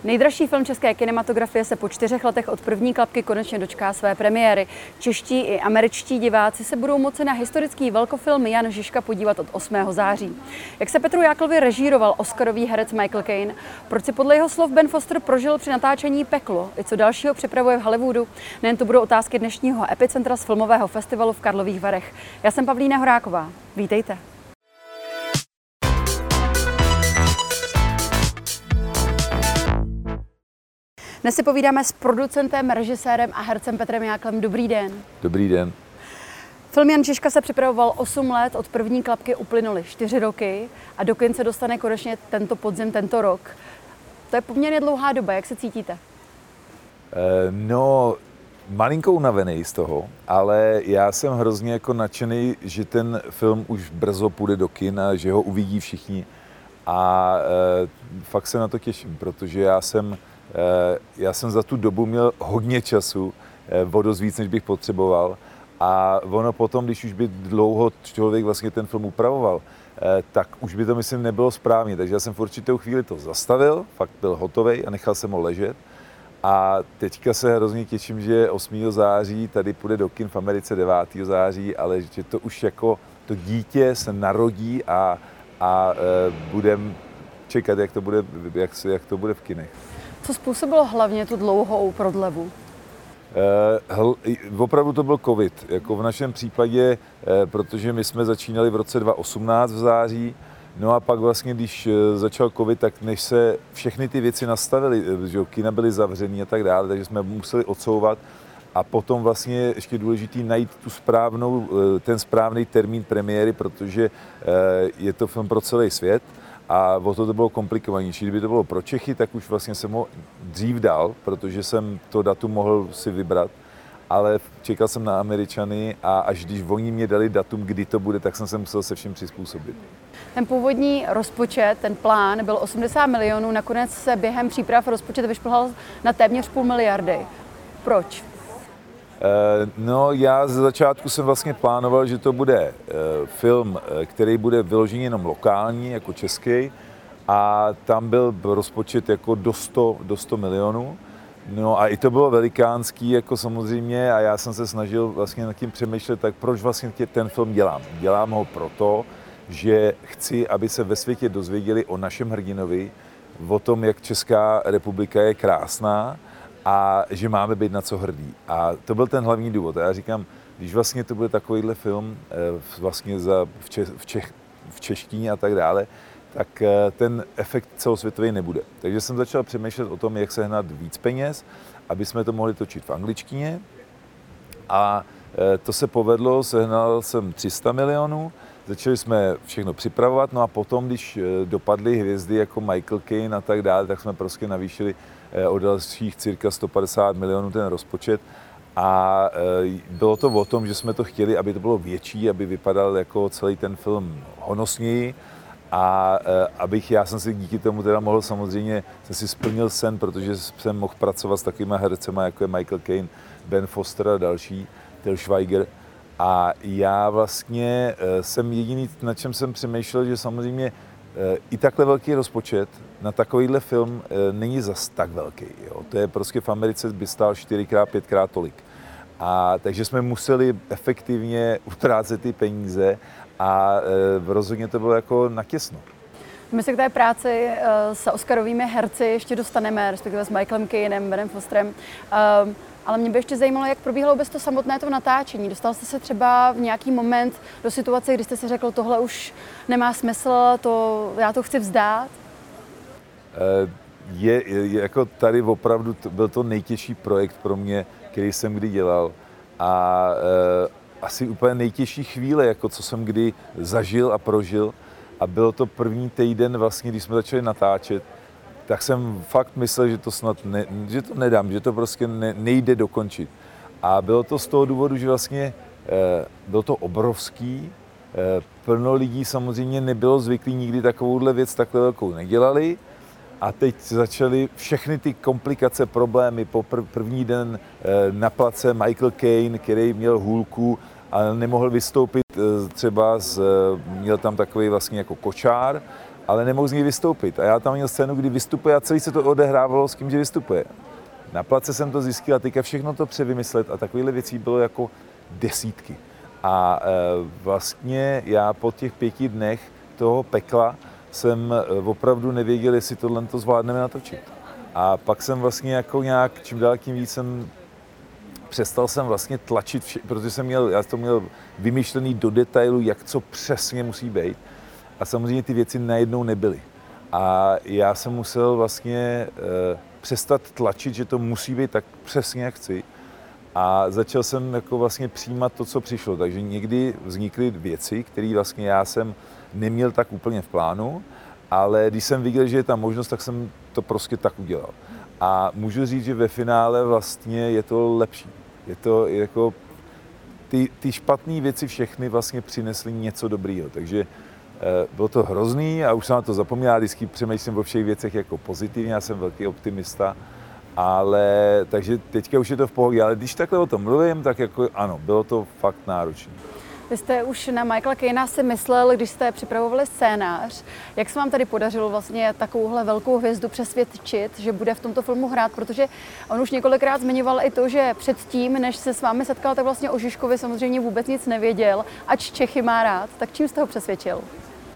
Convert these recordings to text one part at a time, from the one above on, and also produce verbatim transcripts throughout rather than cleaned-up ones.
Nejdražší film české kinematografie se po čtyřech letech od první klapky konečně dočká své premiéry. Čeští i američtí diváci se budou moci na historický velkofilm Jan Žižka podívat od osmého září. Jak se Petru Jáklovi režíroval oscarový herec Michael Caine, proč si podle jeho slov Ben Foster prožil při natáčení peklo, i co dalšího připravuje v Hollywoodu, nejen to budou otázky dnešního Epicentra z filmového festivalu v Karlových Varech. Já jsem Pavlína Horáková. Vítejte. Dnes si povídáme s producentem, režisérem a hercem Petrem Jáklem. Dobrý den. Dobrý den. Film Jan Žižka se připravoval osm let, od první klapky uplynuly čtyři roky a do kin se dostane konečně tento podzim, tento rok. To je poměrně dlouhá doba, jak se cítíte? No, malinko unavený z toho, ale já jsem hrozně jako nadšený, že ten film už brzo půjde do kin a že ho uvidí všichni. A e, fakt se na to těším, protože já jsem Já jsem za tu dobu měl hodně času, o dost víc, než bych potřeboval. A ono potom, když už by dlouho člověk vlastně ten film upravoval, tak už by to, myslím, nebylo správně. Takže já jsem v určitou chvíli to zastavil, fakt byl hotovej a nechal jsem ho ležet. A teďka se hrozně těším, že osmého září tady půjde do kin, v Americe devátého září, ale že to už jako to dítě se narodí a, a budem čekat, jak to bude, jak, jak to bude v kinech. Co způsobilo hlavně tu dlouhou prodlevu? Eh, hl, opravdu to byl covid, jako v našem případě, eh, protože my jsme začínali v roce dva tisíce osmnáct v září, no a pak vlastně, když eh, začal covid, tak než se všechny ty věci nastavily, eh, že kina byly zavřený a tak dále, takže jsme museli odsouvat a potom vlastně ještě důležitý najít tu správnou, eh, ten správný termín premiéry, protože eh, je to film pro celý svět. A o to to bylo komplikovanější. Kdyby to bylo pro Čechy, tak už vlastně jsem ho dřív dal, protože jsem to datum mohl si vybrat. Ale čekal jsem na Američany a až když oni mě dali datum, kdy to bude, tak jsem se musel se vším přizpůsobit. Ten původní rozpočet, ten plán byl osmdesát milionů, nakonec se během příprav rozpočet vyšplhal na téměř půl miliardy. Proč? No, já ze začátku jsem vlastně plánoval, že to bude film, který bude vyložený jenom lokální, jako český, a tam byl rozpočet jako do sto, do sto milionů. No a i to bylo velikánský, jako samozřejmě, a já jsem se snažil vlastně nad tím přemýšlet, tak proč vlastně ten film dělám. Dělám ho proto, že chci, aby se ve světě dozvěděli o našem hrdinovi, o tom, jak Česká republika je krásná, a že máme být na co hrdí. A to byl ten hlavní důvod. A já říkám, když vlastně to bude takovýhle film vlastně za, v, Čech, v, Čech, v češtině a tak dále, tak ten efekt celosvětový nebude. Takže jsem začal přemýšlet o tom, jak sehnat víc peněz, aby jsme to mohli točit v angličtině. A to se povedlo, sehnal jsem tři sta milionů, začali jsme všechno připravovat, no a potom, když dopadly hvězdy jako Michael Caine a tak dále, tak jsme prostě navýšili o dalších cirka sto padesát milionů ten rozpočet a bylo to o tom, že jsme to chtěli, aby to bylo větší, aby vypadal jako celý ten film honosněji a abych, já jsem si díky tomu teda mohl samozřejmě, jsem si splnil sen, protože jsem mohl pracovat s takovýma hercema, jako je Michael Caine, Ben Foster a další, Til Schweiger. A já vlastně jsem jediný, na čem jsem přemýšlel, že samozřejmě i takhle velký rozpočet na takovýhle film není zas tak velký. Jo. To je prostě v Americe by stál čtyřikrát, pětkrát tolik. A takže jsme museli efektivně utrácet ty peníze a rozhodně to bylo jako natěsno. My se k té práci s oscarovými herci ještě dostaneme, respektive s Michaelem Cainem, Benem Fosterem. Ale mě by ještě zajímalo, jak probíhalo vůbec to samotné to natáčení. Dostal jste se třeba v nějaký moment do situace, kdy jste si řekl, tohle už nemá smysl, to, já to chci vzdát? Je, je jako tady opravdu to, byl to nejtěžší projekt pro mě, který jsem kdy dělal. A e, asi úplně nejtěžší chvíle, jako co jsem kdy zažil a prožil. A bylo to první týden, vlastně, když jsme začali natáčet, tak jsem fakt myslel, že to snad ne, že to nedám, že to prostě ne, nejde dokončit. A bylo to z toho důvodu, že vlastně e, bylo to obrovský, e, plno lidí samozřejmě nebylo zvyklý nikdy takovouhle věc takhle velkou nedělali. A teď začaly všechny ty komplikace, problémy. Po prv, první den e, na place Michael Caine, který měl hůlku a nemohl vystoupit e, třeba, z, měl tam takový vlastně jako kočár, ale nemohl z něj vystoupit. A já tam měl scénu, kdy vystupuje a celý se to odehrávalo s tím, že vystupuje. Na place jsem to zjistil a teďka všechno to převymyslet a takovýhle věcí bylo jako desítky. A e, vlastně já po těch pěti dnech toho pekla jsem opravdu nevěděl, jestli tohle to zvládneme natočit. A pak jsem vlastně jako nějak, čím dál tím víc jsem přestal jsem vlastně tlačit, vše, protože jsem měl, já to měl vymyšlený do detailu, jak co přesně musí být. A samozřejmě ty věci najednou nebyly. A já jsem musel vlastně e, přestat tlačit, že to musí být tak přesně, jak chci. A začal jsem jako vlastně přijímat to, co přišlo. Takže někdy vznikly věci, které vlastně já jsem neměl tak úplně v plánu, ale když jsem viděl, že je tam možnost, tak jsem to prostě tak udělal. A můžu říct, že ve finále vlastně je to lepší. Je to jako ty, ty špatné věci všechny vlastně přinesly něco dobrýho. Takže eh, bylo to hrozný a už jsem na to zapomněl. Já vždycky přemýšlím o všech věcech jako pozitivně, já jsem velký optimista. Ale takže teďka už je to v pohodě, ale když takhle o tom mluvím, tak jako ano, bylo to fakt náročné. Vy jste už na Michaela Caina si myslel, když jste připravovali scénář. Jak se vám tady podařilo vlastně takovouhle velkou hvězdu přesvědčit, že bude v tomto filmu hrát, protože on už několikrát zmiňoval i to, že předtím, než se s vámi setkal, tak vlastně o Žižkovi samozřejmě vůbec nic nevěděl, ač Čechy má rád. Tak čím jste ho přesvědčil? Uh,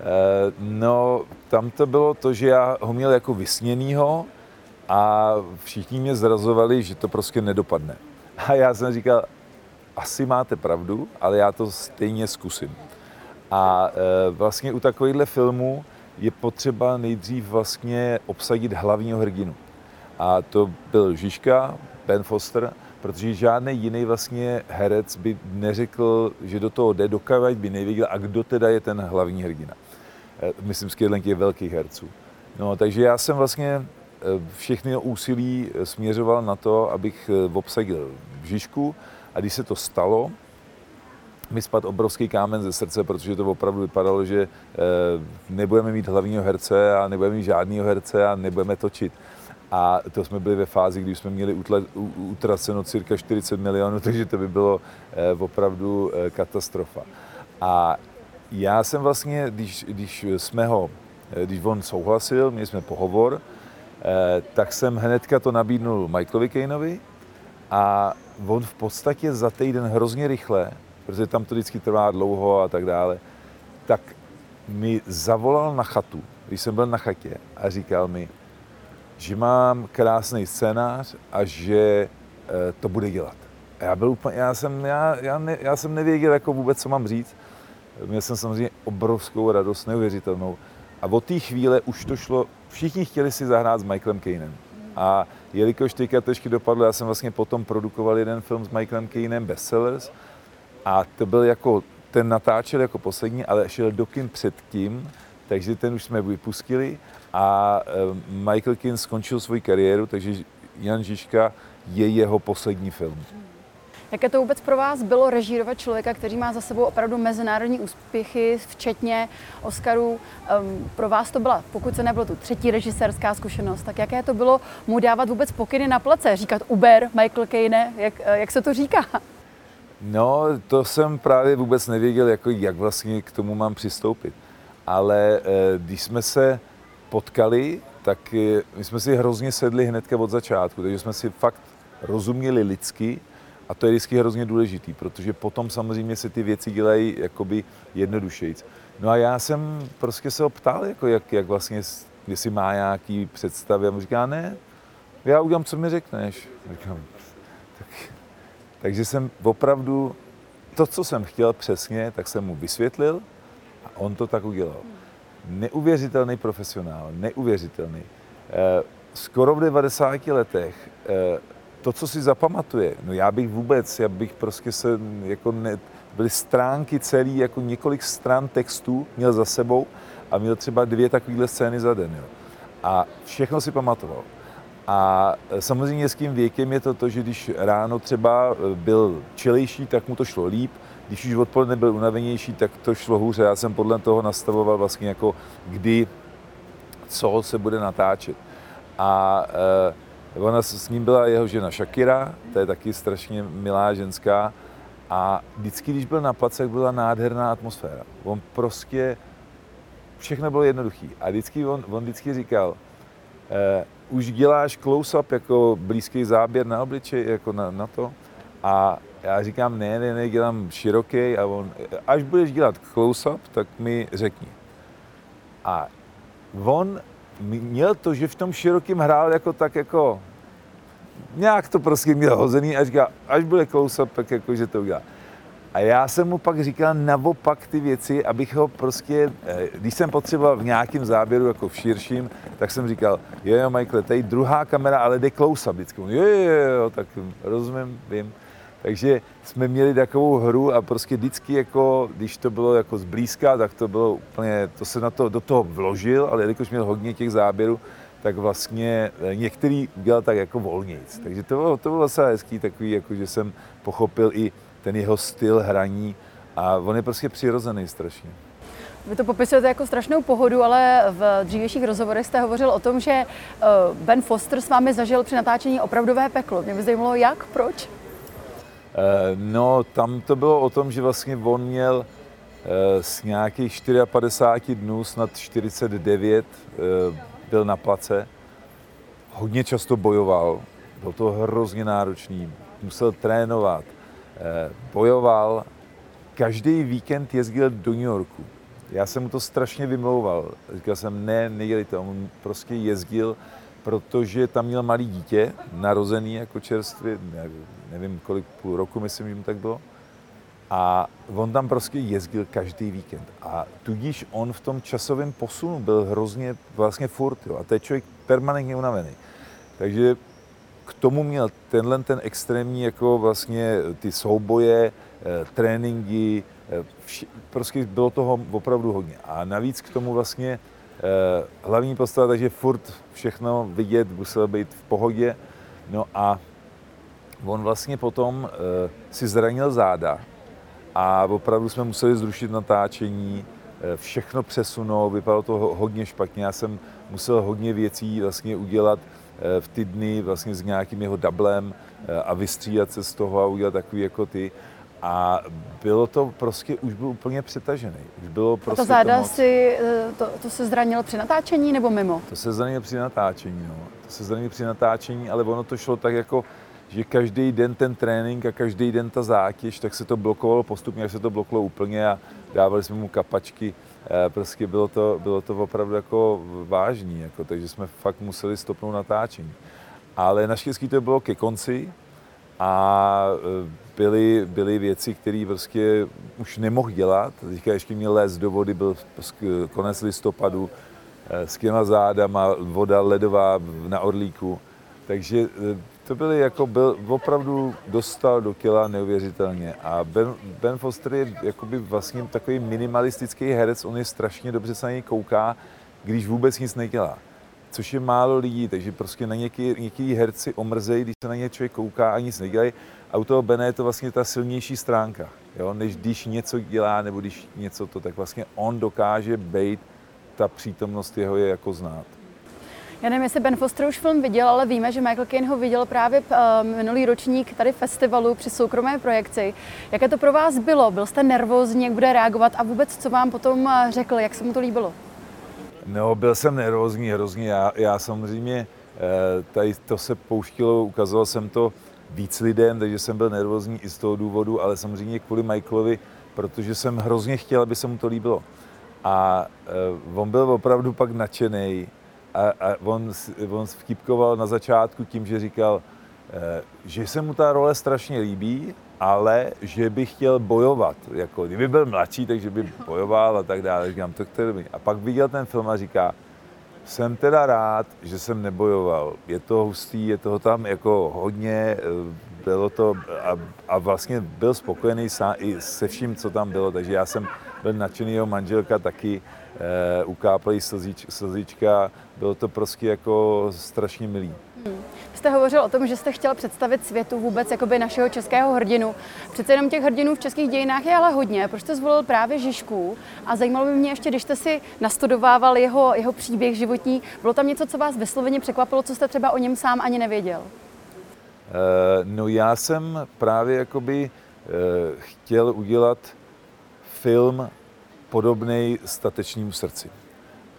no, tam to bylo to, že já ho měl jako vysněnýho, a všichni mě zrazovali, že to prostě nedopadne. A já jsem říkal, asi máte pravdu, ale já to stejně zkusím. A e, vlastně u takovýchhle filmů je potřeba nejdřív vlastně obsadit hlavního hrdinu. A to byl Žižka, Ben Foster, protože žádný jiný vlastně herec by neřekl, že do toho jde, dokávat by nevěděl, a kdo teda je ten hlavní hrdina. E, myslím z těch velkých herců. No, takže já jsem vlastně všechny úsilí směřoval na to, abych obsadil Žižku, a když se to stalo, mi spadl obrovský kámen ze srdce, protože to opravdu vypadalo, že nebudeme mít hlavního herce a nebudeme mít žádného herce a nebudeme točit. A to jsme byli ve fázi, kdy jsme měli utraceno cirka čtyřicet milionů, takže to by bylo opravdu katastrofa. A já jsem vlastně, když, když jsme ho, když on souhlasil, měli jsme pohovor, tak jsem hnedka to nabídnul Michaelovi Cainovi a on v podstatě za týden hrozně rychle, protože tam to vždycky trvá dlouho a tak dále, tak mi zavolal na chatu, když jsem byl na chatě, a říkal mi, že mám krásný scénář a že to bude dělat. A já byl úplně, já jsem, já, já, ne, já jsem nevěděl jako vůbec, co mám říct. Měl jsem samozřejmě obrovskou radost, neuvěřitelnou. A od té chvíle už to šlo, všichni chtěli si zahrát s Michaelem Cainem. A jelikož teďka trošku dopadlo, já jsem vlastně potom produkoval jeden film s Michaelem Cainem, Bestsellers, a to byl jako, ten natáčel jako poslední, ale šel do kin předtím, takže ten už jsme vypustili a Michael Caine skončil svoji kariéru, takže Jan Žižka je jeho poslední film. Jaké to vůbec pro vás bylo režírovat člověka, který má za sebou opravdu mezinárodní úspěchy, včetně Oscarů? Um, pro vás to byla, pokud se nebylo tu třetí režisérská zkušenost, tak jaké to bylo mu dávat vůbec pokyny na place? Říkat Uber, Michael Caine, jak, jak se to říká? No, to jsem právě vůbec nevěděl, jako jak vlastně k tomu mám přistoupit. Ale když jsme se potkali, tak my jsme si hrozně sedli hnedka od začátku, takže jsme si fakt rozuměli lidsky. A to je vždycky hrozně důležitý, protože potom samozřejmě se ty věci dělají jakoby jednodušejc. No a já jsem prostě se ho ptal, jako jak, jak vlastně, jestli má nějaký představy, a mu říká, ne, já udělám, co mi řekneš. Říkám, tak, takže jsem opravdu, to, co jsem chtěl přesně, tak jsem mu vysvětlil a on to tak udělal. Neuvěřitelný profesionál, neuvěřitelný. E, skoro v devadesáti letech e, to, co si zapamatuje, no já bych vůbec, já bych prostě se, jako ne, byly stránky celý, jako několik stran textů měl za sebou a měl třeba dvě takovéhle scény za den, jo. A všechno si pamatoval. A samozřejmě s tím věkem je to to, že když ráno třeba byl čilejší, tak mu to šlo líp, když už odpoledne byl unavenější, tak to šlo hůře. Já jsem podle toho nastavoval vlastně jako kdy, co se bude natáčet. A e, ona s ním byla jeho žena Shakira, to je taky strašně milá ženská. A vždycky, když byl na place, byla nádherná atmosféra. On prostě všechno bylo jednoduché. A vždycky on, on vždycky říkal, eh, už děláš close-up jako blízký záběr na obličej, jako na, na to. A já říkám, ne, ne, ne, dělám široký a on, až budeš dělat close-up, tak mi řekni. A on měl to, že v tom širokým hrál jako tak jako, nějak to prostě měl hozený a říká, až bude close-up, tak jako, že to udělá. A já jsem mu pak říkal naopak ty věci, abych ho prostě, když jsem potřeboval v nějakém záběru, jako v širším, tak jsem říkal, jo, jo, Michael, tady druhá kamera, ale jde close-up vždycky. Jo, jo, jo, tak rozumím, vím. Takže jsme měli takovou hru a prostě vždycky, jako, když to bylo jako zblízka, tak to bylo úplně, to se na to, do toho vložil, ale jelikož měl hodně těch záběrů, tak vlastně některý dělal tak jako volnějc. Takže to bylo, to bylo zase hezký, takový, jako, že jsem pochopil i ten jeho styl hraní a on je prostě přirozený strašně. Vy to popisujete jako strašnou pohodu, ale v dřívějších rozhovorech jste hovořil o tom, že Ben Foster s vámi zažil při natáčení opravdové peklo. Mě by zajímalo, jak, proč? No, tam to bylo o tom, že vlastně on měl z nějakých padesát čtyři dnů, snad čtyřicet devět, byl na place. Hodně často bojoval, bylo to hrozně náročný, musel trénovat, bojoval. Každý víkend jezdil do New Yorku. Já jsem mu to strašně vymlouval. Říkal jsem, ne, nedělejte, on prostě jezdil, protože tam měl malý dítě, narozený jako čerstvě, nevím kolik, půl roku, myslím, že mu tak bylo. A on tam prostě jezdil každý víkend. A tudíž on v tom časovém posunu byl hrozně vlastně furt, jo. A to je člověk permanentně unavený. Takže k tomu měl tenhle ten extrémní, jako vlastně ty souboje, tréninky, vši, prostě bylo toho opravdu hodně. A navíc k tomu vlastně eh, hlavní postava, takže furt všechno vidět, musel být v pohodě. No a on vlastně potom eh, si zranil záda a opravdu jsme museli zrušit natáčení, eh, všechno přesunout, vypadalo to hodně špatně. Já jsem musel hodně věcí vlastně udělat eh, v ty dny vlastně s nějakým jeho dublem eh, a vystřídat se z toho a udělat takový jako ty. A bylo to prostě, už byl úplně přetažený. Už bylo prostě a to záda to moc... si, to, to se zranilo při natáčení nebo mimo? To se zranilo při natáčení, no. To se zranilo při natáčení, ale ono to šlo tak jako, že každý den ten trénink a každý den ta zátěž, tak se to blokovalo postupně, až se to blokovalo úplně a dávali jsme mu kapačky. Prostě bylo to, bylo to opravdu jako vážný, jako, takže jsme fakt museli stopnout natáčení. Ale naštěstí to bylo ke konci a byly, byly věci, které prostě už nemohl dělat. Teďka ještě měl lézt do vody, byl konec listopadu s těma zádama, voda ledová na Orlíku. Takže to byly jako, byl, opravdu dostal do kila neuvěřitelně. A Ben, Ben Foster je jakoby vlastně takový minimalistický herec, on je strašně dobře se na něj kouká, když vůbec nic nedělá. Což je málo lidí, takže prostě na některý, některý herci omrzejí, když se na ně člověk kouká a nic nedělají. A u toho Bena je to vlastně ta silnější stránka, jo? Než když něco dělá nebo když něco to, tak vlastně on dokáže být, ta přítomnost jeho je jako znát. Já nevím, jestli Ben Foster už film viděl, ale víme, že Michael Caine ho viděl právě minulý ročník tady festivalu při soukromé projekci. Jaké to pro vás bylo? Byl jste nervózní, jak bude reagovat a vůbec co vám potom řekl, jak se mu to líbilo? No, byl jsem nervózní hrozně. Já, já samozřejmě, tady to se pouštilo, ukazoval jsem to víc lidem, takže jsem byl nervózní i z toho důvodu, ale samozřejmě kvůli Michaelovi, protože jsem hrozně chtěl, aby se mu to líbilo. A on byl opravdu pak nadšenej a, a on, on vtipkoval na začátku tím, že říkal, že se mu ta role strašně líbí, ale že by chtěl bojovat. Jako, kdyby byl mladší, takže by bojoval a tak dále. Říkám, to je a pak viděl ten film a říká, jsem teda rád, že jsem nebojoval. Je to hustý, je toho tam jako hodně, bylo to a, a vlastně byl spokojený sám, i se vším, co tam bylo, takže já jsem byl nadšený, jeho manželka taky, e, ukápla jí slzíč, slzička, bylo to prostě jako strašně milý. Hmm. Jste hovořil o tom, že jste chtěl představit světu vůbec jakoby našeho českého hrdinu. Přece jenom těch hrdinů v českých dějinách je ale hodně. Proč jste zvolil právě Žižku? A zajímalo by mě ještě, když jste si nastudovával jeho, jeho příběh životní, bylo tam něco, co vás vysloveně překvapilo, co jste třeba o něm sám ani nevěděl? E, no já jsem právě jakoby e, chtěl udělat film podobnej Statečnému srdci.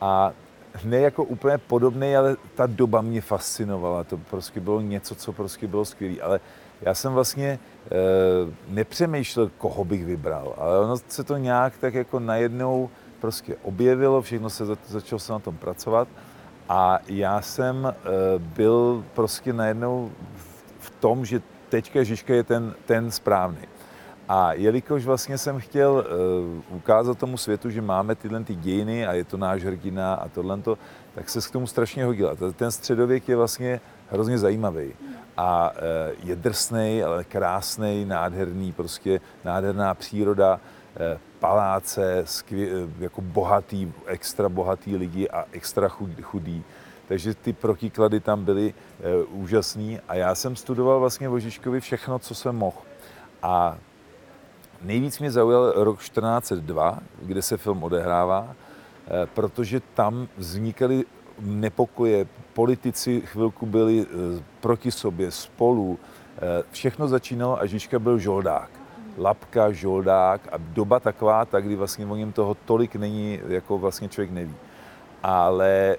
A ne jako úplně podobný, ale ta doba mě fascinovala. To prostě bylo něco, co prostě bylo skvělé. Ale já jsem vlastně e, nepřemýšlel, koho bych vybral, ale ono se to nějak tak jako najednou prostě objevilo, všechno se za, začalo se na tom pracovat a já jsem e, byl prostě najednou v, v tom, že teďka Žižka je ten, ten správný. A jelikož vlastně jsem chtěl uh, ukázat tomu světu, že máme tyhle ty dějiny a je to náš hrdina a tohle, tak se k tomu strašně hodila. Ten středověk je vlastně hrozně zajímavý a uh, je drsnej, ale krásnej, nádherný, prostě nádherná příroda, uh, paláce, skvě, uh, jako bohatý, extra bohatý lidi a extra chudý. Takže ty protiklady tam byly uh, úžasný a já jsem studoval vlastně o Žižkovi všechno, co jsem mohl. A nejvíc mě zaujal rok čtrnáct set dva, kde se film odehrává, protože tam vznikaly nepokoje, politici chvilku byli proti sobě, spolu, všechno začínalo a Žižka byl žoldák. Lapka, žoldák a doba taková, tak kdy vlastně o něm toho tolik není, jako vlastně člověk neví. Ale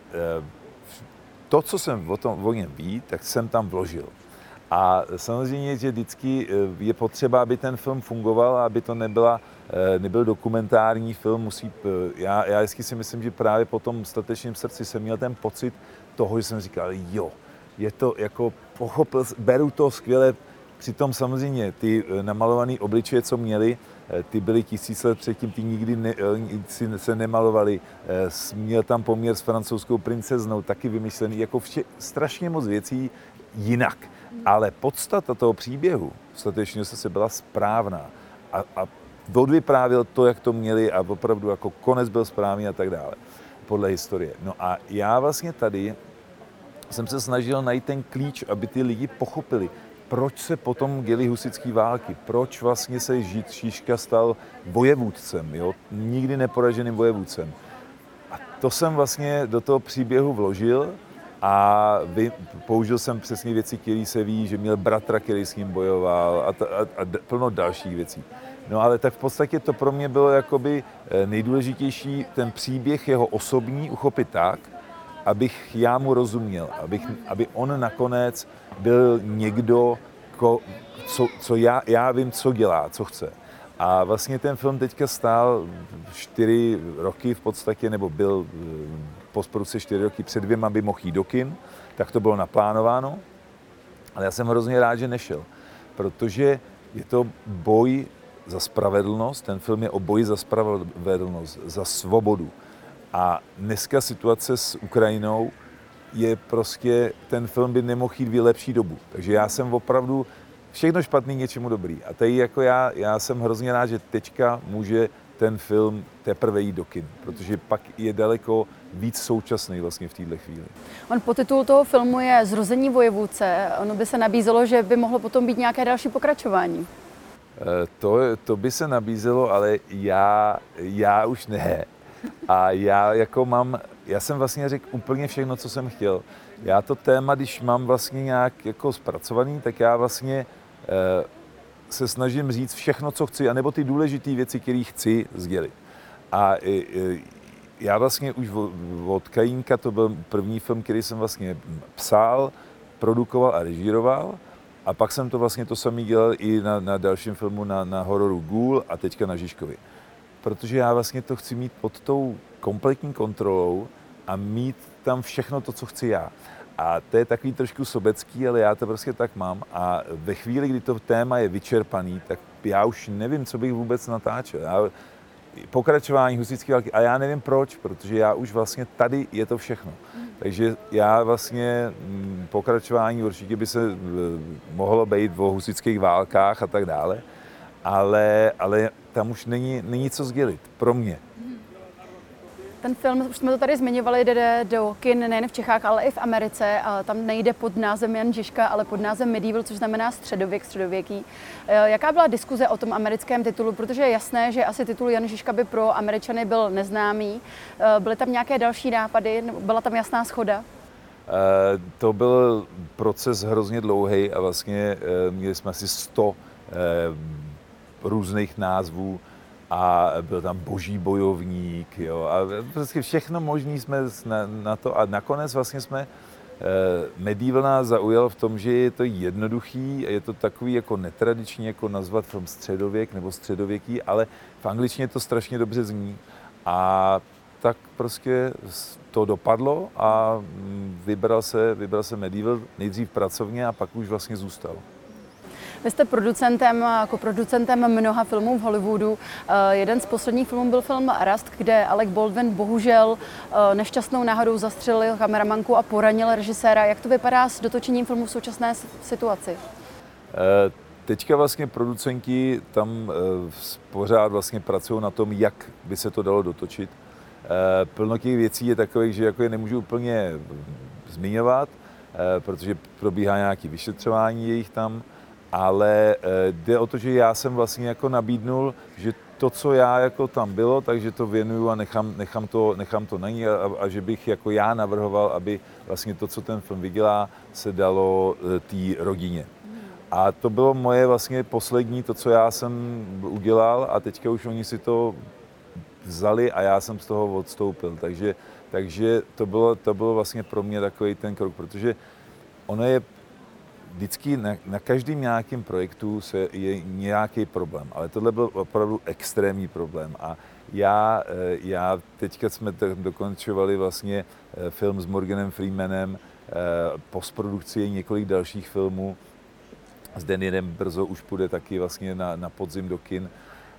to, co jsem o, tom, o něm ví, tak jsem tam vložil. A samozřejmě, že vždycky je potřeba, aby ten film fungoval, aby to nebyla, nebyl dokumentární film. Musí, já, já vždycky si myslím, že právě po tom Statečném srdci jsem měl ten pocit toho, že jsem říkal, jo, je to jako pochopil, beru to skvěle. Přitom samozřejmě ty namalované obličeje, co měli, ty byly tisíc let předtím, ty nikdy ne, se nemalovali. Měl tam poměr s francouzskou princeznou, taky vymyšlený, jako vše, strašně moc věcí jinak. Ale podstata toho příběhu statečně se byla správná a, a odvyprávěl to, jak to měli a opravdu jako konec byl správný a tak dále, podle historie. No a já vlastně tady jsem se snažil najít ten klíč, aby ty lidi pochopili, proč se potom děly husitské války, proč vlastně se Žižka stal vojevůdcem, jo? Nikdy neporaženým vojevůdcem. A to jsem vlastně do toho příběhu vložil a vy, použil jsem přesně věci, které se ví, že měl bratra, který s ním bojoval a, a, a plno dalších věcí. No ale tak v podstatě to pro mě bylo jakoby nejdůležitější ten příběh jeho osobní uchopit tak, abych já mu rozuměl, abych, aby on nakonec byl někdo, ko, co, co já, já vím, co dělá, co chce. A vlastně ten film teďka stál čtyři roky v podstatě, nebo byl postprodukce čtyři roky před dvěma, by mohl jít do kin, tak to bylo naplánováno. Ale já jsem hrozně rád, že nešel, protože je to boj za spravedlnost, ten film je o boji za spravedlnost, za svobodu. A dneska situace s Ukrajinou je prostě, ten film by nemohl jít v lepší dobu. Takže já jsem opravdu všechno špatný, něčemu dobrý. A tady jako já, já jsem hrozně rád, že teďka může ten film teprve jít do kin, protože pak je daleko víc současný vlastně v této chvíli. On podtitul toho filmu je Zrození vojevůdce. Ono by se nabízelo, že by mohlo potom být nějaké další pokračování. To, to by se nabízelo, ale já, já už ne. A já jako mám, já jsem vlastně řekl úplně všechno, co jsem chtěl. Já to téma, když mám vlastně nějak jako zpracovaný, tak já vlastně eh, se snažím říct všechno, co chci, anebo ty důležité věci, které chci sdělit. A eh, já vlastně už od Kajínka, to byl první film, který jsem vlastně psal, produkoval a režíroval. A pak jsem to vlastně to samý dělal i na, na dalším filmu, na, na hororu Ghoul a teďka na Žižkovi. Protože já vlastně to chci mít pod tou kompletní kontrolou a mít tam všechno to, co chci já. A to je takový trošku sobecký, ale já to prostě tak mám. A ve chvíli, kdy to téma je vyčerpaný, tak já už nevím, co bych vůbec natáčel. Já, pokračování husitské války, a já nevím proč, protože já už vlastně tady je to všechno. Takže já vlastně pokračování určitě by se mohlo být o husitských válkách a tak dále, ale, ale tam už není, není co sdělit pro mě. Ten film, už jsme to tady zmiňovali, jde do kin nejen v Čechách, ale i v Americe. A tam nejde pod názvem Jan Žižka, ale pod názvem Medieval, což znamená středověk, středověký. Jaká byla diskuze o tom americkém titulu? Protože je jasné, že asi titul Jan Žižka by pro Američany byl neznámý. Byly tam nějaké další nápady? Byla tam jasná shoda? To byl proces hrozně dlouhý a vlastně měli jsme asi sto různých názvů. a byl tam boží bojovník, jo, a prostě všechno možné jsme na, na to a nakonec vlastně jsme Medieval nás zaujal v tom, že je to jednoduchý a je to takový jako netradiční, jako nazvat film středověk nebo středověký, ale v angličtině to strašně dobře zní. A tak prostě to dopadlo a vybral se, vybral se Medieval nejdřív pracovně a pak už vlastně zůstal. Vy jste producentem, jako producentem mnoha filmů v Hollywoodu. Jeden z posledních filmů byl film Rust, kde Alec Baldwin bohužel nešťastnou náhodou zastřelil kameramanku a poranil režiséra. Jak to vypadá s dotočením filmu v současné situaci? Teďka vlastně producenti tam pořád vlastně pracují na tom, jak by se to dalo dotočit. Plno těch věcí je takových, že jako je nemůžu úplně zmiňovat, protože probíhá nějaké vyšetřování jejich tam. Ale jde o to, že já jsem vlastně jako nabídnul, že to, co já jako tam bylo, takže to věnuju a nechám, nechám, to, nechám to na ní a, a že bych jako já navrhoval, aby vlastně to, co ten film vydělá, se dalo té rodině. A to bylo moje vlastně poslední, to, co já jsem udělal a teďka už oni si to vzali a já jsem z toho odstoupil. Takže, takže to, bylo, to bylo vlastně pro mě takový ten krok, protože ono je vždycky na, na každém nějakém projektu se je nějaký problém, ale tohle byl opravdu extrémní problém. A já, já teďka jsme dokončovali vlastně film s Morganem Freemanem, postprodukci je několik dalších filmů. S Dannyem brzo už půjde taky vlastně na, na podzim do kin.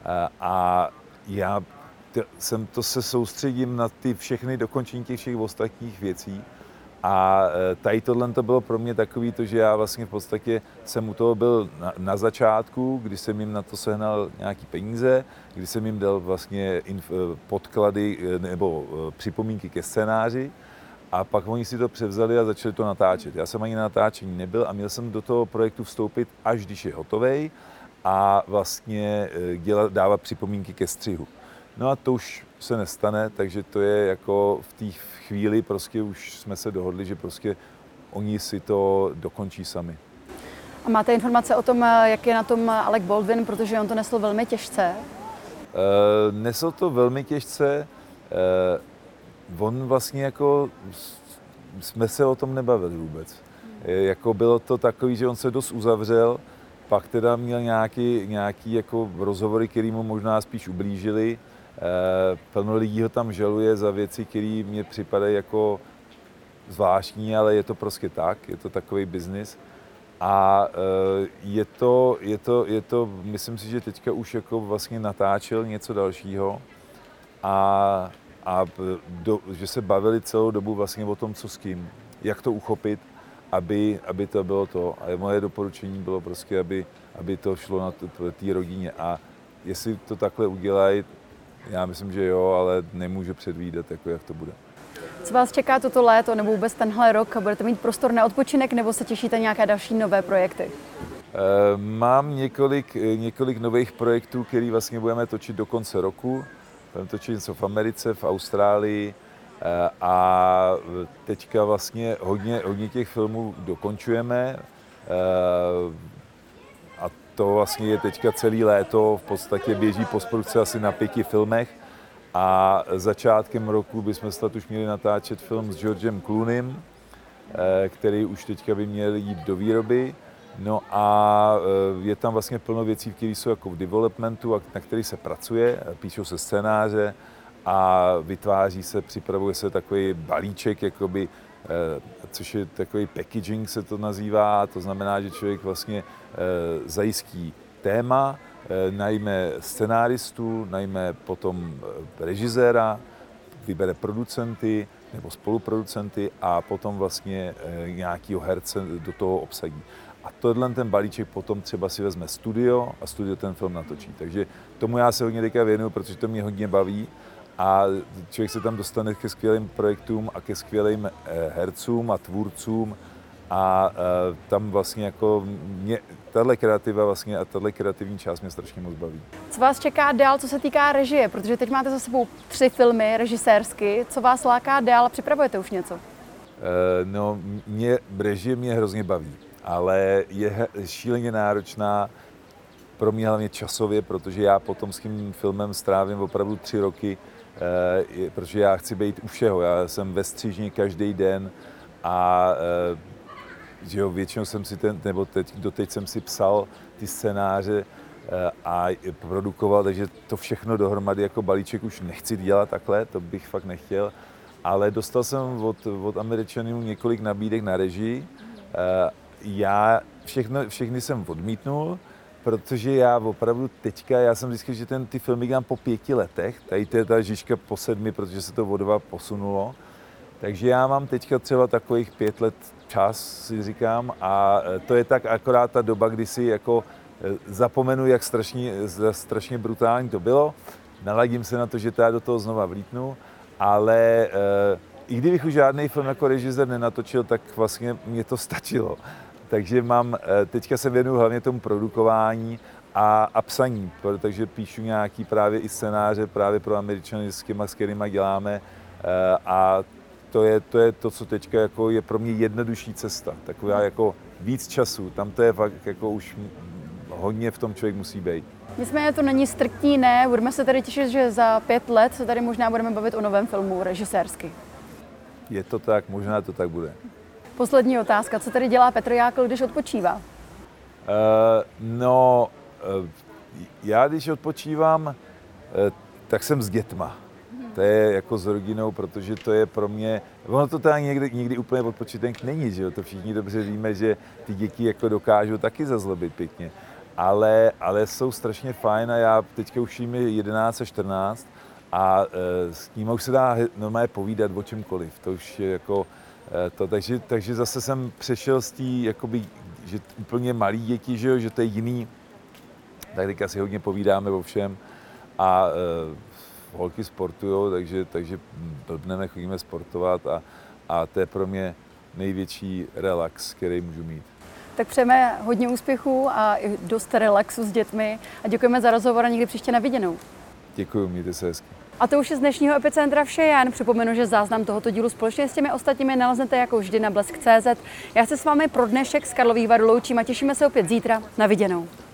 A já to, jsem, to se soustředím na ty všechny dokončení těch všech ostatních věcí. A tady tohle to bylo pro mě takový to, že já vlastně v podstatě jsem u toho byl na, na začátku, kdy jsem jim na to sehnal nějaký peníze, kdy jsem jim dal vlastně inf, podklady nebo připomínky ke scénáři a pak oni si to převzali a začali to natáčet. Já jsem ani na natáčení nebyl a měl jsem do toho projektu vstoupit, až když je hotovej a vlastně dělat, dávat připomínky ke střihu. No a to už se nestane, takže to je jako v té chvíli prostě už jsme se dohodli, že prostě oni si to dokončí sami. A máte informace o tom, jak je na tom Alec Baldwin, protože on to nesl velmi těžce? Uh, nesl to velmi těžce. Uh, on vlastně jako, jsme se o tom nebavili vůbec. Hmm. Jako bylo to takový, že on se dost uzavřel, pak teda měl nějaký, nějaký jako rozhovory, které mu možná spíš ublížili. Uh, plno lidí ho tam žaluje za věci, které mně připadají jako zvláštní, ale je to prostě tak, je to takový biznis. A uh, je to, je to, je to, myslím si, že teďka už jako vlastně natáčel něco dalšího a, a do, že se bavili celou dobu vlastně o tom, co s kým, jak to uchopit, aby, aby to bylo to. A moje doporučení bylo prostě, aby, aby to šlo na té rodině. A jestli to takhle udělají, já myslím, že jo, ale nemůžu předvídat, jako jak to bude. Co vás čeká toto léto nebo vůbec tenhle rok? Budete mít prostor na odpočinek nebo se těšíte nějaké další nové projekty? Mám několik, několik nových projektů, které vlastně budeme točit do konce roku. Budeme točit něco v Americe, v Austrálii a teďka vlastně hodně, hodně těch filmů dokončujeme. A to vlastně je teďka celý léto, v podstatě běží postprodukce asi na pěti filmech. A začátkem roku bychom snad už měli natáčet film s Georgem Clooneym, který už teďka by měl jít do výroby. No a je tam vlastně plno věcí, které jsou jako v developmentu a na kterých se pracuje, píšou se scénáře a vytváří se, připravuje se takový balíček, jakoby, což je takový packaging se to nazývá, to znamená, že člověk vlastně zajistí téma, najme scenáristu, najme potom režiséra, vybere producenty nebo spoluproducenty a potom vlastně nějakýho herce do toho obsadí. A tohle ten balíček potom třeba si vezme studio a studio ten film natočí. Takže tomu já se hodně teďka věnuju, protože to mě hodně baví a člověk se tam dostane ke skvělým projektům a ke skvělým hercům a tvůrcům a tam vlastně jako mě, tahle kreativa vlastně a tahle kreativní část mě strašně moc baví. Co vás čeká dál, co se týká režie? Protože teď máte za sebou tři filmy režisérsky. Co vás láká dál a připravujete už něco? No, mě, režie mě hrozně baví, ale je šíleně náročná. pro mě hlavně časově, protože já potom s tím filmem strávím opravdu tři roky, eh, protože já chci být u všeho. Já jsem ve střížně každý den a eh, že jo, většinou jsem si ten, nebo teď, doteď jsem si psal ty scénáře eh, a produkoval, takže to všechno dohromady jako balíček už nechci dělat takhle, to bych fakt nechtěl. Ale dostal jsem od, od Američanů několik nabídek na režii. Eh, já všechno, všechny jsem odmítnul, protože já opravdu teďka, já jsem zjistil, že ten, ty filmy dělám po pěti letech, tady to je ta Žižka po sedmi, protože se to o dva posunulo. Takže já mám teďka třeba takových pět let čas, si říkám, a to je tak akorát ta doba, kdy si jako zapomenu, jak strašně, strašně brutální to bylo. Naladím se na to, že já do toho znova vlítnu, ale i kdybych už žádný film jako režisér nenatočil, tak vlastně mě to stačilo. Takže mám, teďka se věnuju hlavně tomu produkování a, a psaní, takže píšu nějaký právě i scénáře právě pro Američany, s těma, s kterýma děláme, a to je, to je to, co teďka jako je pro mě jednodušší cesta, taková jako víc času, tam to je fakt jako už hodně v tom člověk musí být. Nicméně to není striktní ne, budeme se tady těšit, že za pět let se tady možná budeme bavit o novém filmu režisérsky. Je to tak, možná to tak bude. Poslední otázka, co tady dělá Petr Jákl, když odpočívá? Uh, no, uh, já když odpočívám, uh, tak jsem s dětma. To je jako s rodinou, protože to je pro mě, ono to tady někdy, někdy úplně odpočítek není, že jo, to všichni dobře víme, že ty děti jako dokážou taky zazlobit pěkně, ale, ale jsou strašně fajn a já teďka už jim je jedenáct a čtrnáct a e, s nimi už se dá normálně povídat o čemkoliv, to už je jako e, to, takže, takže zase jsem přešel z tý, jakoby, že úplně malý děti, že jo, že to je jiný, tak teďka si hodně povídáme o všem a e, holky sportujou, takže, takže blbneme, chodíme sportovat a, a to je pro mě největší relax, který můžu mít. Tak přejeme hodně úspěchů a i dost relaxu s dětmi a děkujeme za rozhovor a někdy příště na viděnou. Děkuji, mějte se hezky. A to už je z dnešního Epicentra vše. Já jen připomenu, že záznam tohoto dílu společně s těmi ostatními naleznete jako vždy na blesk tečka cé zet. Já se s vámi pro dnešek z Karlových Varů loučím a těšíme se opět zítra. Na viděnou.